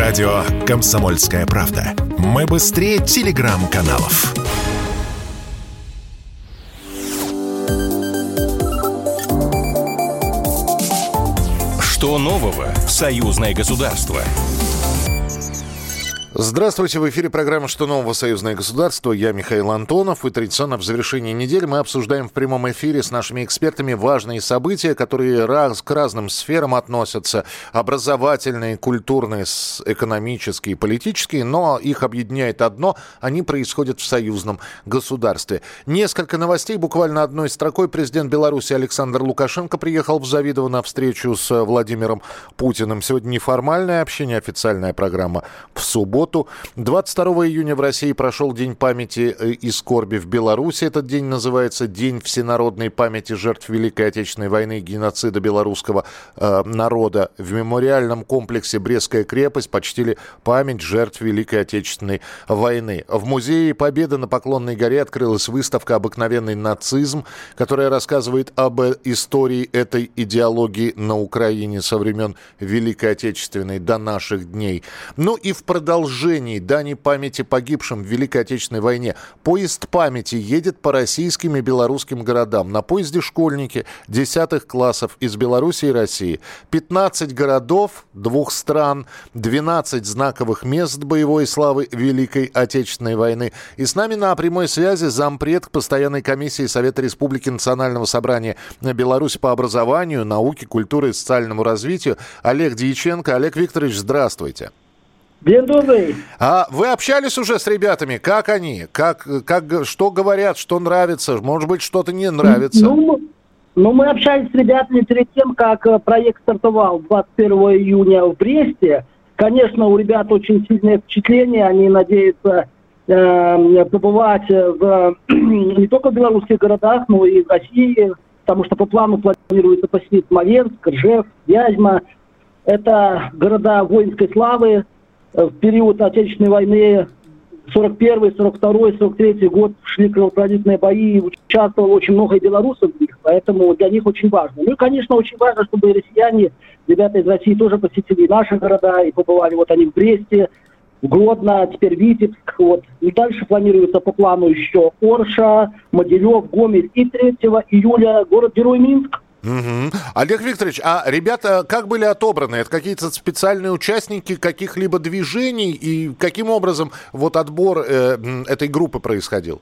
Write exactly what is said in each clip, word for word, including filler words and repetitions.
Радио «Комсомольская правда». Мы быстрее телеграм-каналов. Что нового в союзное государство? Здравствуйте, в эфире программа «Что нового? Союзное государство». Я Михаил Антонов. И традиционно в завершении недели мы обсуждаем в прямом эфире с нашими экспертами важные события, которые раз, к разным сферам относятся. Образовательные, культурные, экономические, политические. Но их объединяет одно – они происходят в союзном государстве. Несколько новостей. Буквально одной строкой. Президент Беларуси Александр Лукашенко приехал в Завидово на встречу с Владимиром Путиным. Сегодня неформальное общение, официальная программа в субботу. двадцать второго июня в России прошел День памяти и скорби в Беларуси. Этот день называется День всенародной памяти жертв Великой Отечественной войны и геноцида белорусского э, народа. В мемориальном комплексе «Брестская крепость» почтили память жертв Великой Отечественной войны. В Музее Победы на Поклонной горе открылась выставка «Обыкновенный нацизм», которая рассказывает об истории этой идеологии на Украине со времен Великой Отечественной до наших дней. Ну и в продолжении дани памяти погибшим в Великой Отечественной войне поезд памяти едет по российским и белорусским городам. На поезде школьники десятых классов из Беларуси и России. пятнадцать городов двух стран, двенадцать знаковых мест боевой славы Великой Отечественной войны. И с нами на прямой связи зампред постоянной комиссии Совета Республики Национального собрания Беларуси по образованию, науке, культуре и социальному развитию Олег Дьяченко. Олег Викторович, здравствуйте. День добрый. А вы общались уже с ребятами? Как они? Как, как, что говорят, что нравится? Может быть, что-то не нравится? Ну, ну, мы общались с ребятами перед тем, как проект стартовал двадцать первого июня в Бресте. Конечно, у ребят очень сильное впечатление. Они надеются э, побывать в, не только в белорусских городах, но и в России, потому что по плану планируется посетить Смоленск, Ржев, Вязьма. Это города воинской славы. В период Отечественной войны сорок первый, сорок второй, сорок третий год шли кровопролитные бои, и участвовало очень много и белорусов в них, поэтому для них очень важно. Ну и, конечно, очень важно, чтобы и россияне, ребята из России тоже посетили наши города, и побывали, вот они в Бресте, в Гродно, теперь Витебск, вот. И дальше планируется по плану еще Орша, Могилев, Гомель, и третьего июля город-герой Минск. Угу. Олег Викторович, а ребята как были отобраны? Это какие-то специальные участники каких-либо движений? И каким образом вот отбор э, этой группы происходил?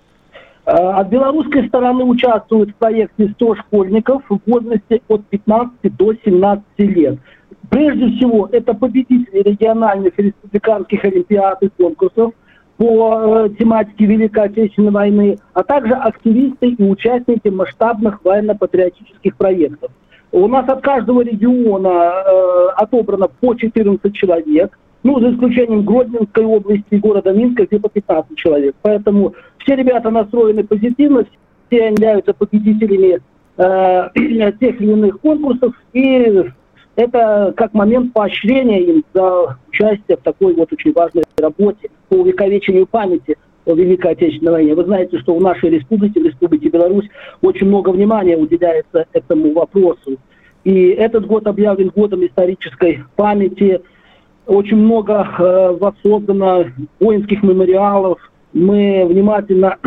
От белорусской стороны участвуют в проекте сто школьников в возрасте от пятнадцати до семнадцати лет. Прежде всего, это победители региональных и республиканских олимпиад и конкурсов по э, тематике Великой Отечественной войны, а также активисты и участники масштабных военно-патриотических проектов. У нас от каждого региона э, отобрано по четырнадцать человек, ну, за исключением Гродненской области и города Минска, где по пятнадцать человек. Поэтому все ребята настроены позитивно, все являются победителями э, тех или иных конкурсов, и это как момент поощрения им за участие в такой вот очень важной работе по увековечению памяти о Великой Отечественной войне. Вы знаете, что в нашей республике, в Республике Беларусь, очень много внимания уделяется этому вопросу. И этот год объявлен годом исторической памяти. Очень много э, воссоздано воинских мемориалов. Мы внимательно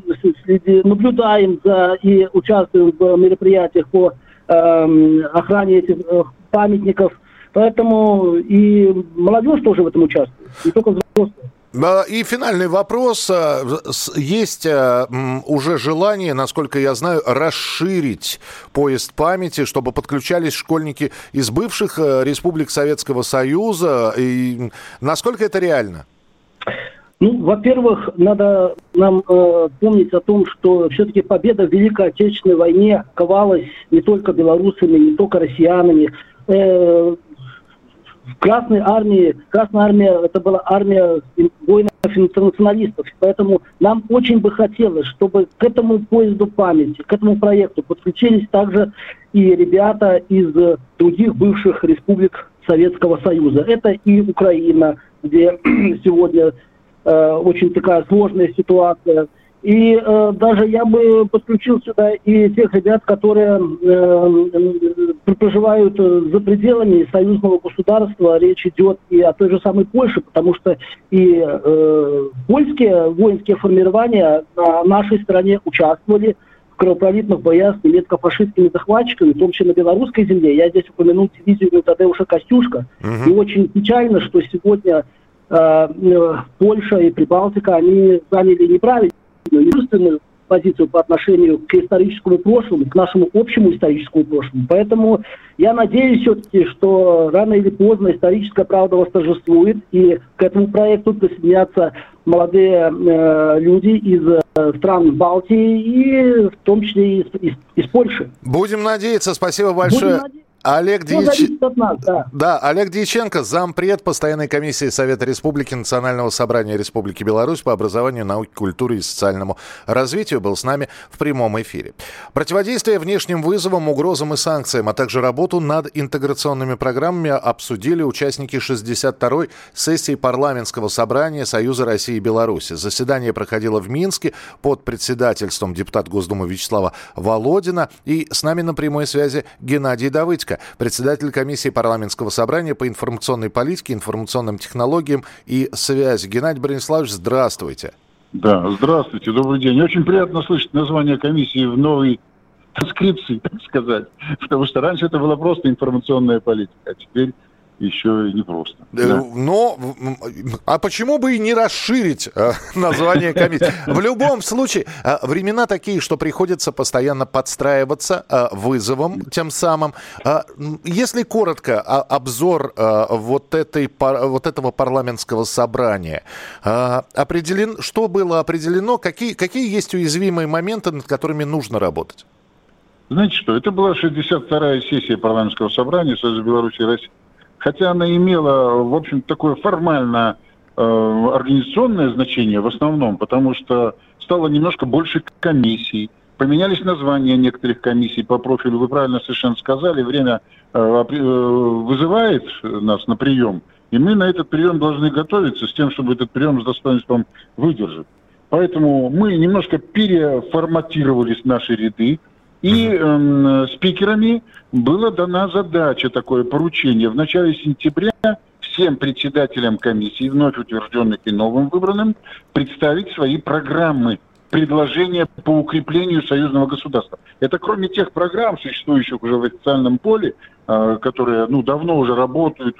наблюдаем за и участвуем в мероприятиях по э, охране этих э, памятников. Поэтому и молодежь тоже в этом участвует, не только взрослые. И финальный вопрос. Есть уже желание, насколько я знаю, расширить поезд памяти, чтобы подключались школьники из бывших республик Советского Союза. И насколько это реально? Ну, во-первых, надо нам э, помнить о том, что все-таки победа в Великой Отечественной войне ковалась не только белорусами, не только россиянами. Э, В Красной армии, Красная армия, это была армия воинов-интернационалистов, поэтому нам очень бы хотелось, чтобы к этому поезду памяти, к этому проекту подключились также и ребята из других бывших республик Советского Союза. Это и Украина, где сегодня э, очень такая сложная ситуация, И э, даже я бы подключил сюда и тех ребят, которые э, проживают за пределами союзного государства. Речь идет и о той же самой Польше, потому что и э, польские воинские формирования на нашей стороне участвовали в кровопролитных боях с немецко-фашистскими захватчиками, в том числе на белорусской земле. Я здесь упомянул дивизию Тадеуша Костюшка. Uh-huh. И очень печально, что сегодня э, э, Польша и Прибалтика, они заняли неправильную, единственную позицию по отношению к историческому прошлому, к нашему общему историческому прошлому. Поэтому я надеюсь все-таки, что рано или поздно историческая правда восторжествует, и к этому проекту присоединятся молодые э, люди из э, стран Балтии, и в том числе из, из, из Польши. Будем надеяться. Спасибо большое. Будем надеяться. Олег Дьяч... нас, да. Да, Олег Дьяченко, зампред Постоянной комиссии Совета Республики Национального собрания Республики Беларусь по образованию, науке, культуре и социальному развитию, был с нами в прямом эфире. Противодействие внешним вызовам, угрозам и санкциям, а также работу над интеграционными программами обсудили участники шестьдесят второй сессии Парламентского собрания Союза России и Беларуси. Заседание проходило в Минске под председательством депутата Госдумы Вячеслава Володина. И с нами на прямой связи Геннадий Давыдько, председатель комиссии парламентского собрания по информационной политике, информационным технологиям и связи. Геннадий Брониславович, здравствуйте. Да, здравствуйте, добрый день. Очень приятно слышать название комиссии в новой транскрипции, так сказать, потому что раньше это была просто информационная политика, а теперь еще и не просто. Да. Но, а почему бы и не расширить э, название комиссии? В любом случае, э, времена такие, что приходится постоянно подстраиваться э, вызовом тем самым. Э, если коротко, э, обзор э, вот, этой, пар, вот этого парламентского собрания. Э, определен, что было определено, какие, какие есть уязвимые моменты, над которыми нужно работать? Знаете что, это была шестьдесят вторая сессия парламентского собрания Союза Беларуси и России. Хотя она имела, в общем, такое формально э, организационное значение в основном, потому что стало немножко больше комиссий, поменялись названия некоторых комиссий по профилю. Вы правильно совершенно сказали, время э, э, вызывает нас на прием, и мы на этот прием должны готовиться с тем, чтобы этот прием с достоинством выдержать. Поэтому мы немножко переформатировались наши ряды. И э, спикерами была дана задача, такое поручение в начале сентября всем председателям комиссии, вновь утвержденных и новым выбранным, представить свои программы, предложения по укреплению союзного государства. Это кроме тех программ, существующих уже в официальном поле, э, которые ну, давно уже работают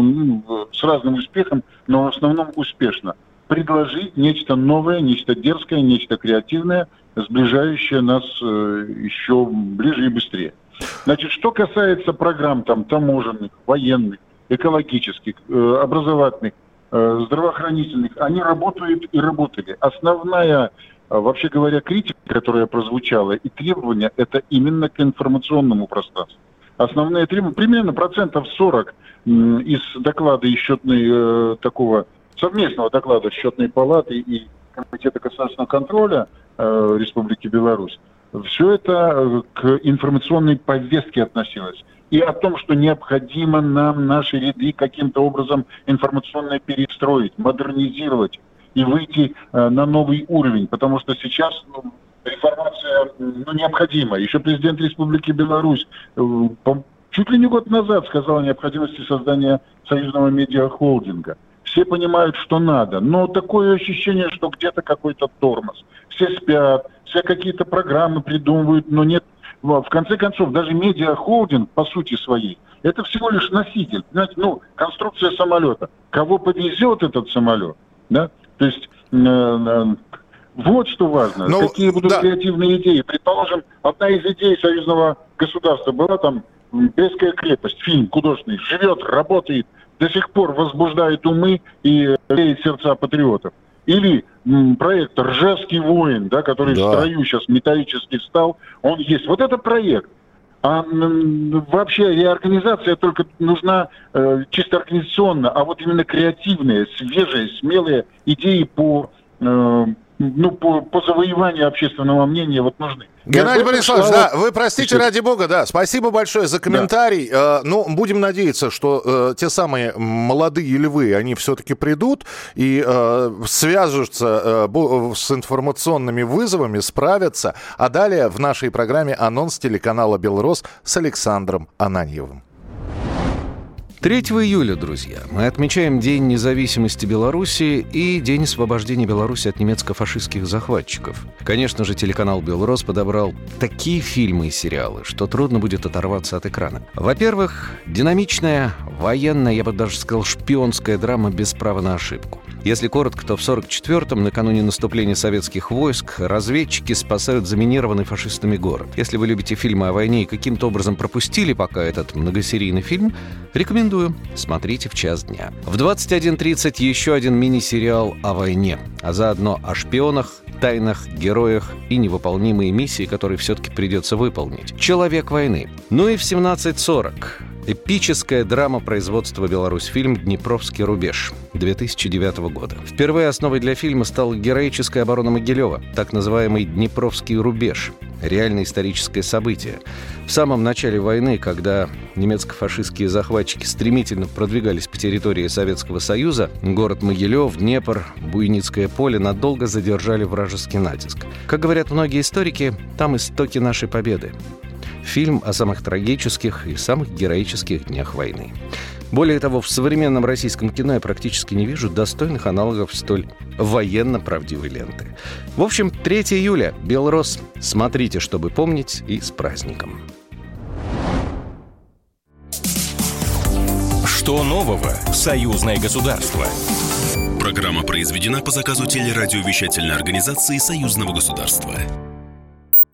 ну, с разным успехом, но в основном успешно. Предложить нечто новое, нечто дерзкое, нечто креативное, сближающее нас э, еще ближе и быстрее. Значит, что касается программ там таможенных, военных, экологических, э, образовательных, э, здравоохранительных, они работают и работали. Основная, э, вообще говоря, критика, которая прозвучала, и требования, это именно к информационному пространству. Основные требования, примерно процентов сорок э, из доклада и счетной э, такого совместного доклада Счетной палаты и Комитета государственного контроля э, Республики Беларусь, все это э, к информационной повестке относилось. И о том, что необходимо нам наши ряды каким-то образом информационно перестроить, модернизировать и выйти э, на новый уровень. Потому что сейчас ну, реформация ну, необходима. Еще президент Республики Беларусь э, по, чуть ли не год назад сказал о необходимости создания союзного медиахолдинга. Все понимают, что надо, но такое ощущение, что где-то какой-то тормоз. Все спят, все какие-то программы придумывают, но нет. В конце концов, даже медиахолдинг, по сути своей, это всего лишь носитель. Знаете, ну, конструкция самолета. Кого повезет этот самолет, да? То есть, э, э, вот что важно. Но, какие будут да. креативные идеи. Предположим, одна из идей союзного государства была там «Брестская крепость», фильм художественный, живет, работает, до сих пор возбуждает умы и греет сердца патриотов. Или м, проект «Ржевский воин», да, который да. в строю сейчас металлически встал, он есть. Вот это проект. А м, вообще реорганизация только нужна э, чисто организационно, а вот именно креативные, свежие, смелые идеи по э, ну, по, по завоеванию общественного мнения вот нужны. Геннадий Борисович, да, вы простите, Сейчас. ради бога, да, спасибо большое за комментарий. Да. Э, ну, будем надеяться, что э, те самые молодые львы, они все-таки придут и э, свяжутся э, с информационными вызовами, справятся. А далее в нашей программе анонс телеканала «Белрос» с Александром Ананьевым. третьего июля, друзья, мы отмечаем День независимости Беларуси и День освобождения Беларуси от немецко-фашистских захватчиков. Конечно же, телеканал «Белрос» подобрал такие фильмы и сериалы, что трудно будет оторваться от экрана. Во-первых, динамичная, военная, я бы даже сказал, шпионская драма без права на ошибку. Если коротко, то в сорок четвёртом, накануне наступления советских войск, разведчики спасают заминированный фашистами город. Если вы любите фильмы о войне и каким-то образом пропустили пока этот многосерийный фильм, рекомендую. Смотрите в час дня. В двадцать один тридцать еще один мини-сериал о войне, а заодно о шпионах, тайнах, героях и невыполнимые миссии, которые все-таки придется выполнить. «Человек войны». Ну и в семнадцать сорок эпическая драма производства «Беларусьфильм» «Днепровский рубеж» две тысячи девятого года. Впервые основой для фильма стала героическая оборона Могилева, так называемый «Днепровский рубеж». Реальное историческое событие. В самом начале войны, когда немецко-фашистские захватчики стремительно продвигались по территории Советского Союза, город Могилев, Днепр, Буйницкое поле надолго задержали вражеский натиск. Как говорят многие историки, там истоки нашей победы. Фильм о самых трагических и самых героических днях войны. Более того, в современном российском кино я практически не вижу достойных аналогов столь военно-правдивой ленты. В общем, третьего июля, «Белрос». Смотрите, чтобы помнить, и с праздником. Что нового в союзное государство? Программа произведена по заказу телерадиовещательной организации Союзного государства.